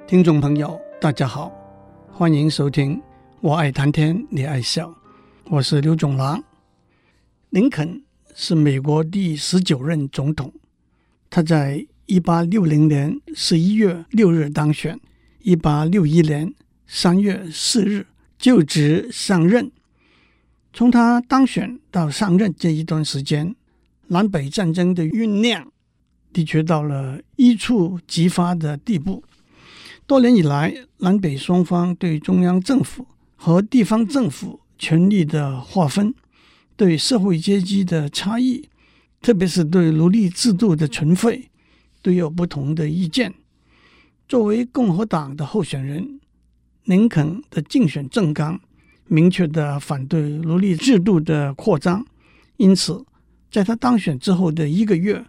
听众朋友大家好，欢迎收听我爱谈天你爱笑，我是刘总郎。林肯是美国第19任总统，他在1860年11月6日当选，1861年3月4日就职上任。从他当选到上任这一段时间，南北战争的酝酿的确到了一触即发的地步。多年以来，南北双方对中央政府和地方政府权力的划分，对社会阶级的差异，特别是对奴隶制度的存废，都有不同的意见。作为共和党的候选人，林肯的竞选政纲明确地反对奴隶制度的扩张，因此在他当选之后的1个月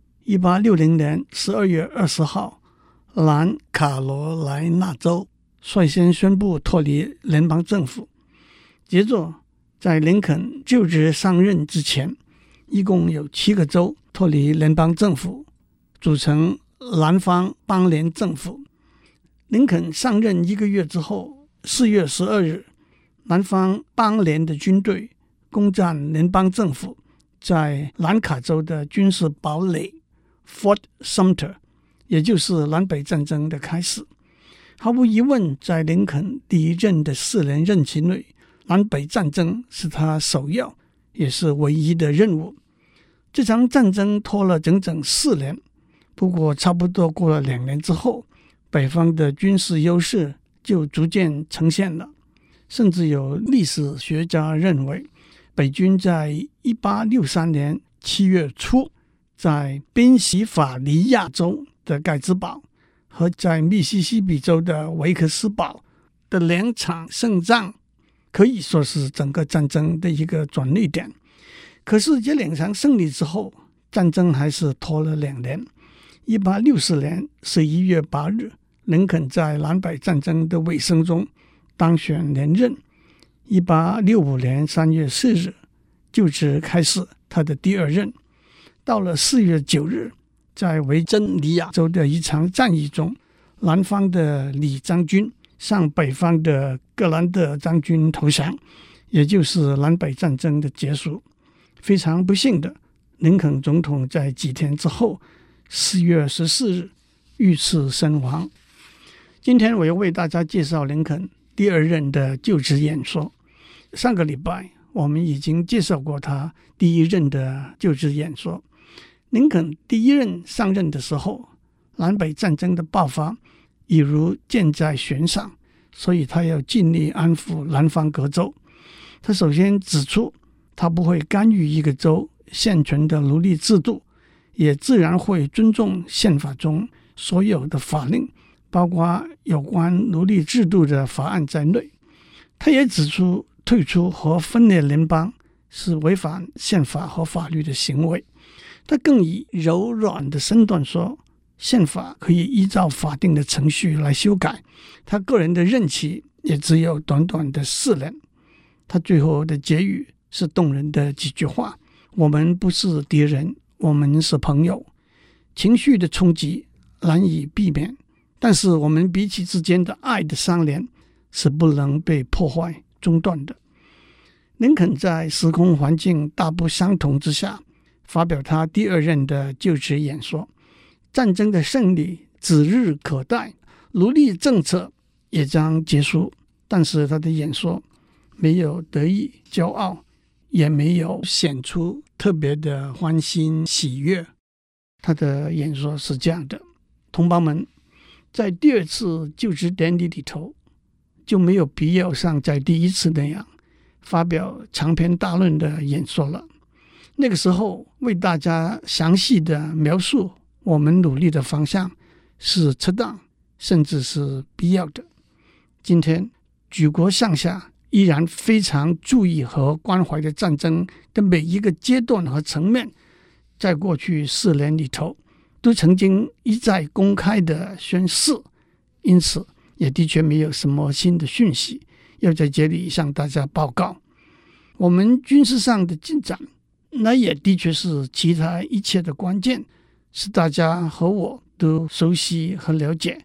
，1860年12月20号，南卡罗来纳州率先宣布脱离联邦政府。接着在林肯就职上任之前，一共有7个州脱离联邦政府，组成南方邦联政府。林肯上任1个月之后，4月12日，南方邦联的军队攻占联邦政府在南卡州的军事堡垒 Fort Sumter， 也就是南北战争的开始。毫无疑问，在林肯第一任的4年任期内，南北战争是他首要也是唯一的任务。这场战争拖了整整4年，不过差不多过了2年之后，北方的军事优势就逐渐呈现了。甚至有历史学家认为，北军在1863年7月初在宾夕法尼亚州的盖茨堡和在密西西比州的维克斯堡的2场胜仗，可以说是整个战争的一个转捩点。可是这2场胜利之后，战争还是拖了2年。1860年11月8日，林肯在南北战争的尾声中当选连任。1865年3月4日就职开始他的第2任。到了4月9日，在维珍尼亚州的一场战役中，南方的李将军向北方的格兰德将军投降，也就是南北战争的结束。非常不幸的，林肯总统在几天之后4月14日遇刺身亡。今天我要为大家介绍林肯第2任的就职演说。上个礼拜我们已经介绍过他第1任的就职演说。林肯第1任上任的时候，南北战争的爆发已如箭在弦上，所以他要尽力安抚南方各州。他首先指出，他不会干预一个州现存的奴隶制度，也自然会尊重宪法中所有的法令，包括有关奴隶制度的法案在内。他也指出，退出和分裂联邦是违反宪法和法律的行为。他更以柔软的身段说，宪法可以依照法定的程序来修改，他个人的任期也只有短短的4年。他最后的结语是动人的几句话：我们不是敌人，我们是朋友。情绪的冲击难以避免，但是我们彼此之间的爱的相连是不能被破坏中断的。林肯在时空环境大不相同之下发表他第2任的就职演说。战争的胜利指日可待，奴隶政策也将结束，但是他的演说没有得意骄傲，也没有显出特别的欢欣喜悦。他的演说是这样的：同胞们，在第2次就职典礼里头，就没有必要像在第1次那样发表长篇大论的演说了。那个时候为大家详细的描述我们努力的方向是恰当，甚至是必要的。今天举国上下依然非常注意和关怀的战争的每一个阶段和层面，在过去4年里头都曾经一再公开的宣示，因此也的确没有什么新的讯息要在这里向大家报告。我们军事上的进展，那也的确是其他一切的关键，是大家和我都熟悉和了解，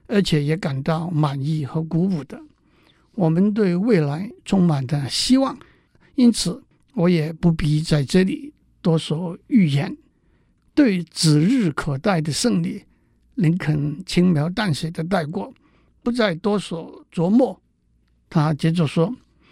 而且也感到满意和鼓舞的。我们对未来充满着希望，因此我也不必在这里多说预言。对指日可待的胜利，林肯轻描淡写的带过，不再多所琢磨。他接着说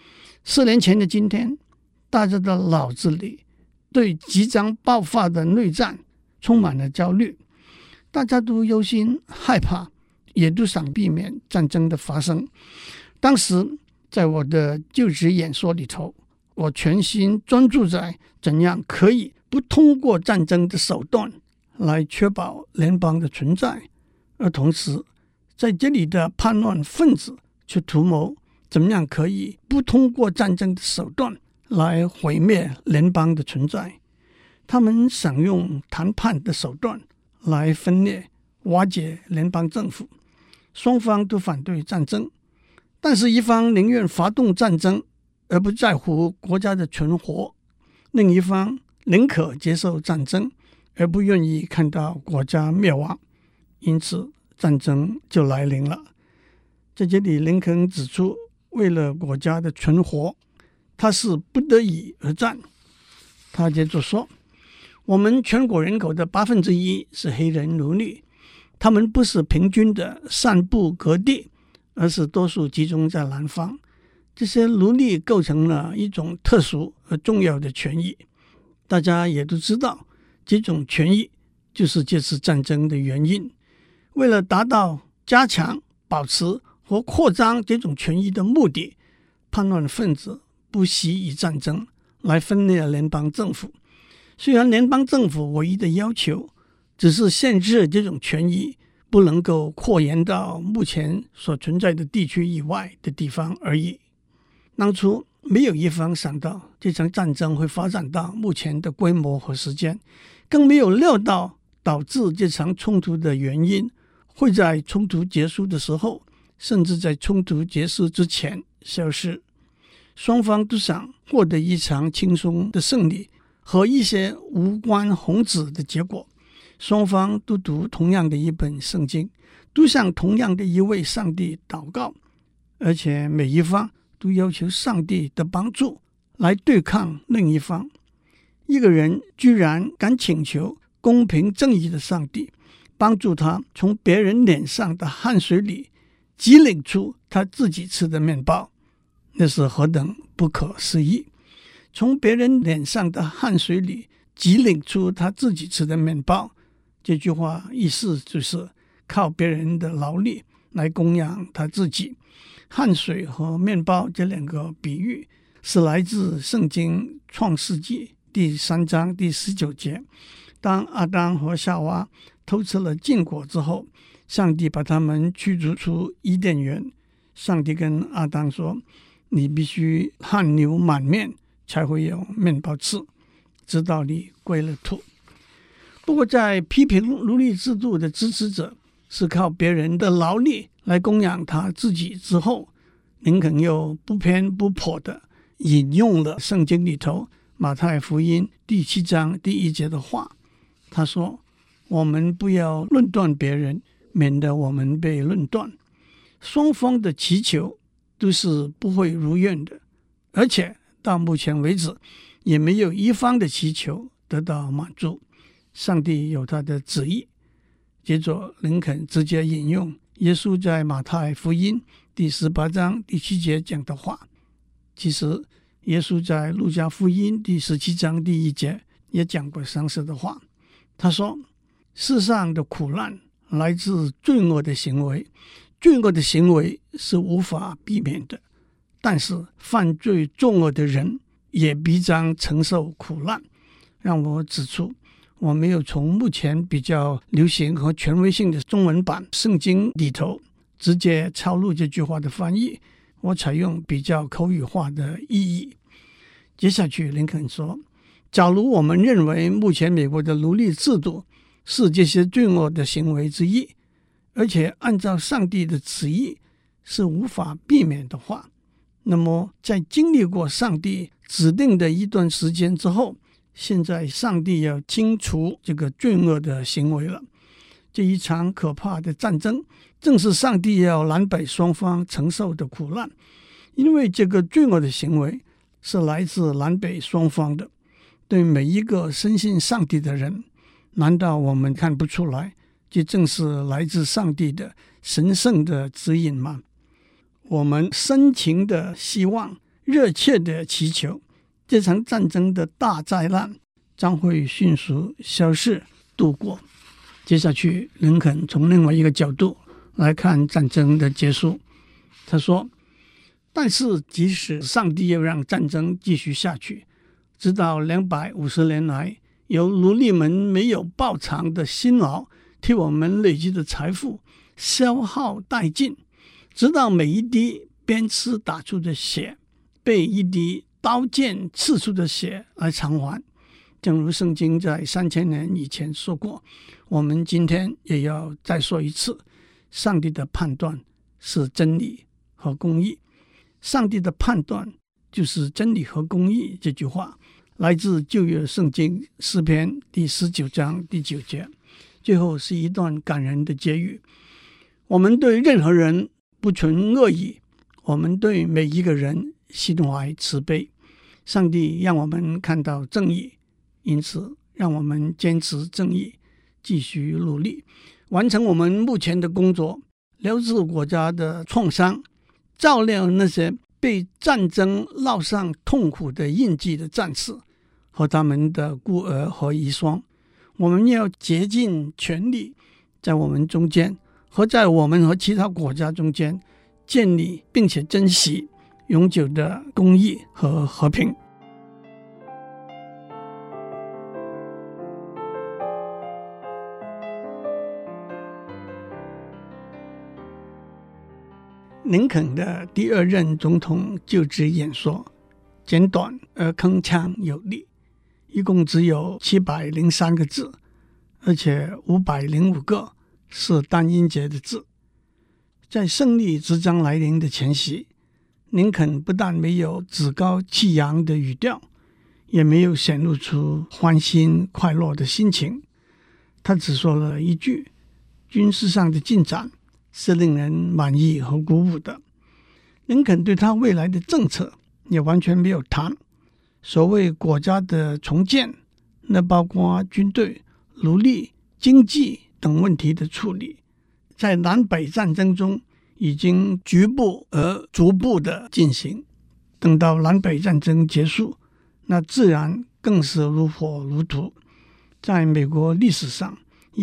，4年前的今天，大家的脑子里对即将爆发的内战充满了焦虑，大家都忧心害怕，也都想避免战争的发生。当时在我的就职演说里头，我全心专注在怎样可以不通过战争的手段来确保联邦的存在，而同时在这里的叛乱分子却图谋怎样可以不通过战争的手段来毁灭联邦的存在。他们想用谈判的手段来分裂瓦解联邦政府，双方都反对战争，但是一方宁愿发动战争而不在乎国家的存活，另一方宁可接受战争而不愿意看到国家灭亡，因此战争就来临了。在这里，林肯指出，为了国家的存活，他是不得已而战。他接着说，我们全国人口的1%是黑人奴隶，他们不是平均的散布各地，而是多数集中在南方。这些奴隶构成了一种特殊而重要的权益，大家也都知道，这种权益就是这次战争的原因。为了达到加强、保持和扩张这种权益的目的，叛乱分子不惜以战争来分裂联邦政府。虽然联邦政府唯一的要求只是限制这种权益不能够扩延到目前所存在的地区以外的地方而已。当初没有一方想到这场战争会发展到目前的规模和时间，更没有料到导致这场冲突的原因会在冲突结束的时候，甚至在冲突结束之前消失。双方都想获得一场轻松的胜利和一些无关宏旨的结果。双方都读同样的一本圣经，都向同样的一位上帝祷告，而且每一方都要求上帝的帮助来对抗另一方。一个人居然敢请求公平正义的上帝帮助他从别人脸上的汗水里挤领出他自己吃的面包，那是何等不可思议！从别人脸上的汗水里挤领出他自己吃的面包，这句话意思就是靠别人的劳力来供养他自己。汗水和面包这两个比喻是来自圣经创世纪第3章第19节。当亚当和夏娃偷吃了禁果之后，上帝把他们驱逐出伊甸园。上帝跟亚当说，你必须汗流满面才会有面包吃，直到你归了土。不过在批评奴隶制度的支持者是靠别人的劳力来供养他自己之后，林肯又不偏不颇地引用了圣经里头马太福音第7章第1节的话。他说，我们不要论断别人，免得我们被论断。双方的祈求都是不会如愿的，而且到目前为止也没有一方的祈求得到满足。上帝有他的旨意。接着林肯直接引用耶稣在马太福音第18章第7节讲的话。其实耶稣在路加福音第17章第1节也讲过相似的话。他说，世上的苦难来自罪恶的行为，罪恶的行为是无法避免的，但是犯罪作恶的人也必将承受苦难。让我指出，我没有从目前比较流行和权威性的中文版圣经里头直接抄录这句话的翻译，我采用比较口语化的意义。接下去林肯说，假如我们认为目前美国的奴隶制度是这些罪恶的行为之一，而且按照上帝的旨意是无法避免的话，那么在经历过上帝指定的一段时间之后，现在上帝要清除这个罪恶的行为了。这一场可怕的战争正是上帝要南北双方承受的苦难，因为这个罪恶的行为是来自南北双方的。对每一个深信上帝的人，难道我们看不出来，这正是来自上帝的神圣的指引吗？我们深情的希望，热切的祈求，这场战争的大灾难将会迅速消逝度过。接下去，林肯从另外一个角度来看战争的结束。他说，但是即使上帝要让战争继续下去，直到250年来由奴隶们没有报偿的辛劳替我们累积的财富消耗殆尽，直到每一滴鞭笞打出的血被一滴刀剑刺出的血来偿还。正如圣经在3000年以前说过，我们今天也要再说一次，上帝的判断是真理和公义。上帝的判断就是真理和公义，这句话来自旧约圣经诗篇第19章第9节，最后是一段感人的结语。我们对任何人不存恶意，我们对每一个人心怀慈悲。上帝让我们看到正义，因此让我们坚持正义，继续努力，完成我们目前的工作，疗治国家的创伤，照料那些被战争烙上痛苦的印记的战士和他们的孤儿和遗孀。我们要竭尽全力，在我们中间和在我们和其他国家中间建立并且珍惜永久的公义和和平。林肯的第二任总统就职演说简短而铿锵有力，一共只有703个字，而且505个是单音节的字。在胜利即将来临的前夕，林肯不但没有趾高气扬的语调，也没有显露出欢欣快乐的心情，他只说了一句，军事上的进展是令人满意和鼓舞的。林肯对他未来的政策也完全没有谈。所谓国家的重建，那包括军队、奴隶、经济等问题的处理，在南北战争中已经局部而逐步的进行。等到南北战争结束，那自然更是如火如荼。在美国历史上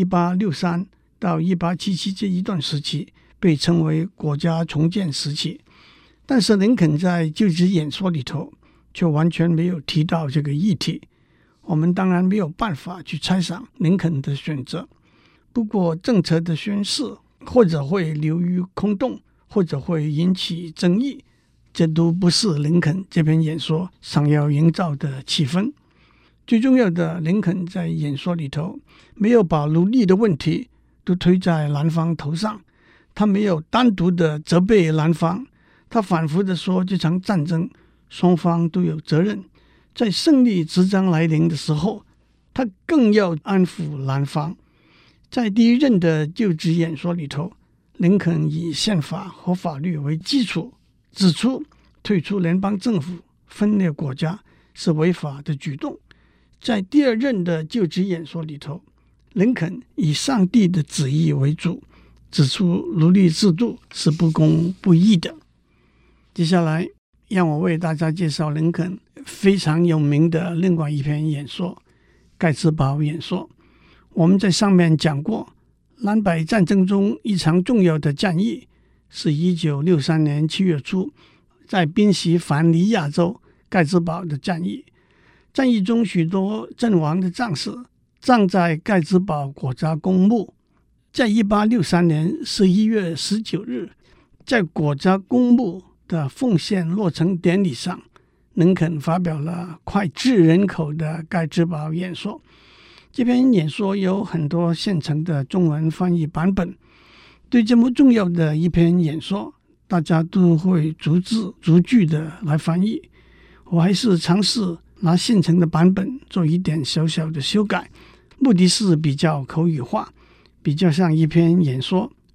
，1863到1877这一段时期被称为国家重建时期，但是林肯在就职演说里头却完全没有提到这个议题。我们当然没有办法去猜想林肯的选择，不过政策的宣示或者会流于空洞，或者会引起争议，这都不是林肯这篇演说想要营造的气氛。最重要的，林肯在演说里头没有把奴隶的问题都推在南方头上，他没有单独的责备南方，他反复的说这场战争双方都有责任，在胜利即将来临的时候，他更要安抚南方。在第一任的就职演说里头，林肯以宪法和法律为基础，指出退出联邦政府、分裂国家是违法的举动。在第二任的就职演说里头，林肯以上帝的旨意为主，指出奴隶制度是不公不义的。接下来让我为大家介绍林肯非常有名的另外一篇演说——盖茨堡演说。我们在上面讲过，南北战争中一场重要的战役是1963年7月初在宾夕法尼亚州盖茨堡的战役。战役中许多阵亡的战士葬在盖茨堡国家公墓。在1863年11月19日，在国家公墓的奉献落成典礼上，林肯发表了脍炙人口的盖茨堡演说。这篇演说有很多现成的中文翻译版本。对这么重要的一篇演说，大家都会逐字逐句的来翻译。我还是尝试拿现成的版本做一点小小的修改，目的是比较口语化，比较像一篇演说，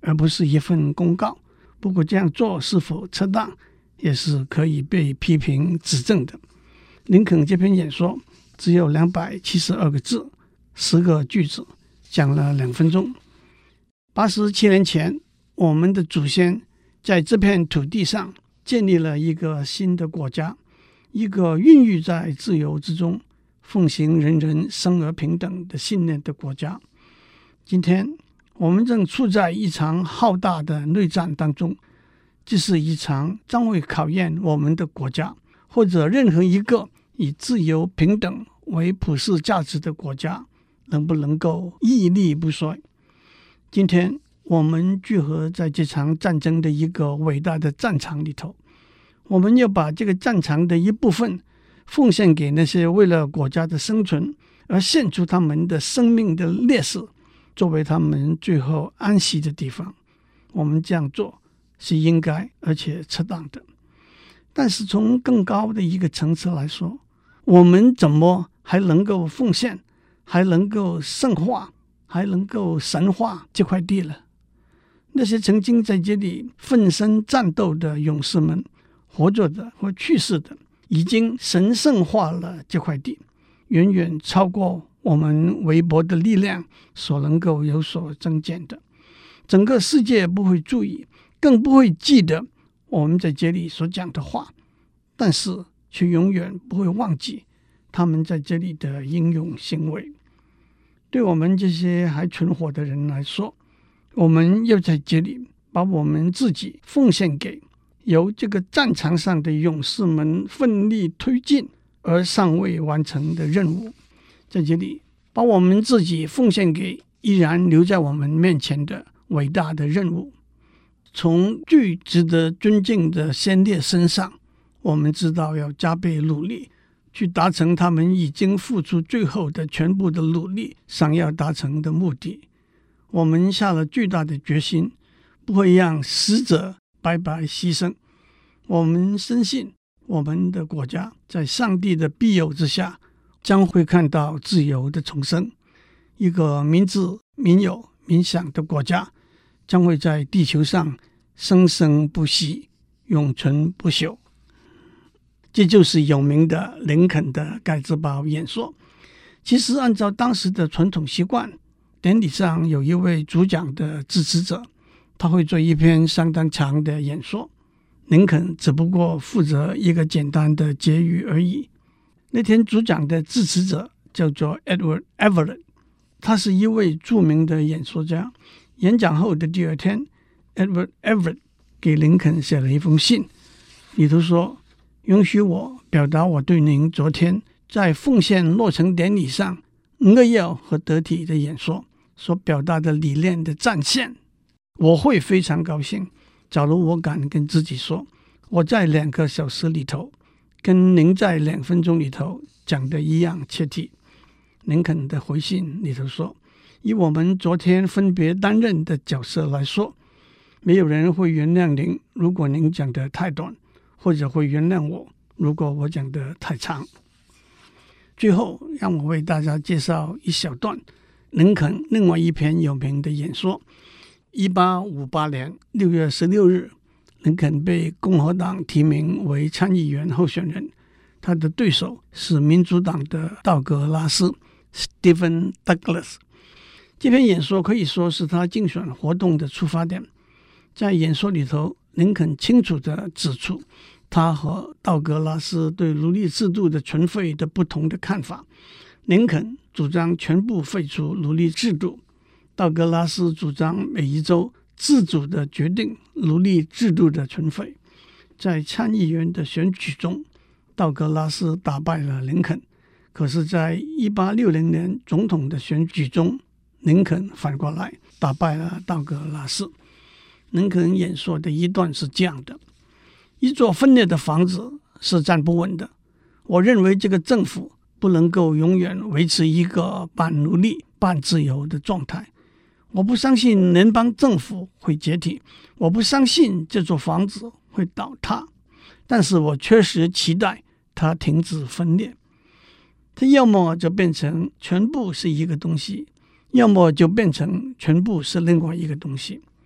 而不是一份公告。不过这样做是否恰当，也是可以被批评指正的。林肯这篇演说只有272个字，10个句子，讲了2分钟。87年前，我们的祖先在这片土地上建立了一个新的国家，一个孕育在自由之中，奉行人人生而平等的信念的国家。今天我们正处在一场浩大的内战当中，这是一场将会考验我们的国家，或者任何一个以自由平等为普世价值的国家能不能够屹立不衰。今天我们聚合在这场战争的一个伟大的战场里头，我们要把这个战场的一部分奉献给那些为了国家的生存而献出他们的生命的烈士，作为他们最后安息的地方。我们这样做是应该而且恰当的。但是从更高的一个层次来说，我们怎么还能够奉献，还能够圣化，还能够神化这块地了？那些曾经在这里奋身战斗的勇士们，活着的或去世的，已经神圣化了这块地，远远超过我们微薄的力量所能够有所增减的。整个世界不会注意，更不会记得我们在这里所讲的话，但是却永远不会忘记他们在这里的英勇行为。对我们这些还存活的人来说，我们要在这里把我们自己奉献给由这个战场上的勇士们奋力推进而尚未完成的任务，在这里把我们自己奉献给依然留在我们面前的伟大的任务。从最值得尊敬的先烈身上，我们知道要加倍努力去达成他们已经付出最后的全部的努力想要达成的目的。我们下了巨大的决心，不会让死者白白牺牲。我们深信我们的国家在上帝的庇佑之下将会看到自由的重生，一个民治民有民享的国家将会在地球上生生不息，永存不朽。这就是有名的林肯的盖茨堡演说。其实按照当时的传统习惯，典礼上有一位主讲的致辞者，他会做一篇相当长的演说，林肯只不过负责一个简单的结语而已。那天主讲的致辞者叫做 Edward Everett， 他是一位著名的演说家。演讲后的第二天， Edward Everett 给林肯写了一封信，里头说：允许我表达我对您昨天在奉献落成典礼上扼要和得体的演说所表达的理念的赞献。我会非常高兴，假如我敢跟自己说，我在2个小时里头跟您在2分钟里头讲的一样切题。林肯的回信里头说：以我们昨天分别担任的角色来说，没有人会原谅您如果您讲的太短，或者会原谅我如果我讲的太长。最后让我为大家介绍一小段林肯另外一篇有名的演说。1858年6月16日，林肯被共和党提名为参议员候选人，他的对手是民主党的道格拉斯 Stephen Douglas。 这篇演说可以说是他竞选活动的出发点。在演说里头，林肯清楚地指出他和道格拉斯对奴隶制度的存废的不同的看法。林肯主张全部废除奴隶制度，道格拉斯主张每一州自主地决定奴隶制度的存废。在参议员的选举中，道格拉斯打败了林肯，可是在1860年总统的选举中，林肯反过来打败了道格拉斯。林肯演说的一段是这样的：一座分裂的房子是站不稳的。我认为这个政府不能够永远维持一个半奴隶半自由的状态。我不相信联邦政府会解体，我不相信这座房子会倒塌，但是我确实期待它停止分裂。它要么就变成全部是一个东西，要么就变成全部是另外一个东西。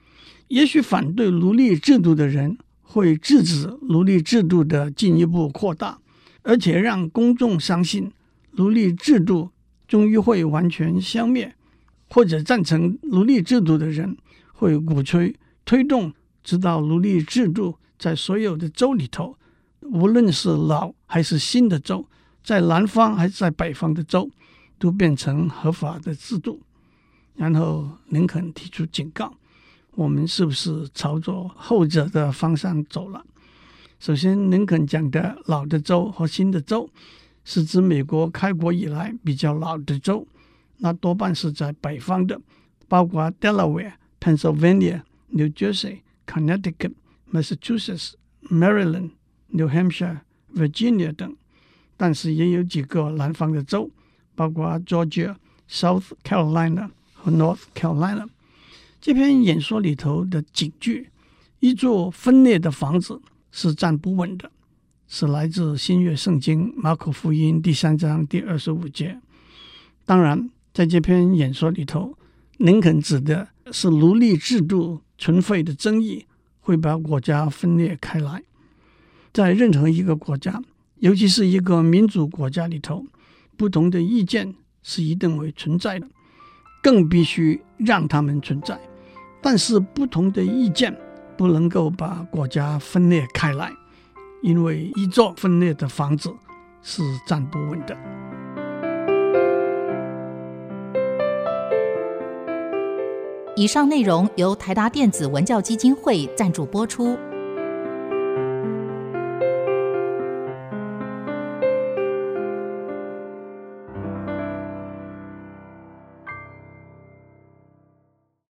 也许反对奴隶制度的人会制止奴隶制度的进一步扩大，而且让公众相信奴隶制度终于会完全消灭，或者赞成奴隶制度的人会鼓吹推动，直到奴隶制度在所有的州里头，无论是老还是新的州，在南方还是在北方的州，都变成合法的制度。然后林肯提出警告，我们是不是朝着后者的方向走了？首先，林肯讲的老的州和新的州是指美国开国以来比较老的州，那多半是在北方的，包括 Delaware、Pennsylvania、New Jersey、Connecticut、Massachusetts、Maryland、New Hampshire、Virginia 等，但是也有几个南方的州，包括 Georgia、South Carolina 和 North Carolina。这篇演说里头的警句，一座分裂的房子是站不稳的，是来自新约圣经马可福音第3章第25节。当然，在这篇演说里头，林肯指的是奴隶制度存废的争议会把国家分裂开来。在任何一个国家，尤其是一个民主国家里头，不同的意见是一定会存在的，更必须让他们存在。但是不同的意见不能够把国家分裂开来，因为一座分裂的房子是站不稳的。 以上内容由台达电子文教基金会赞助播出。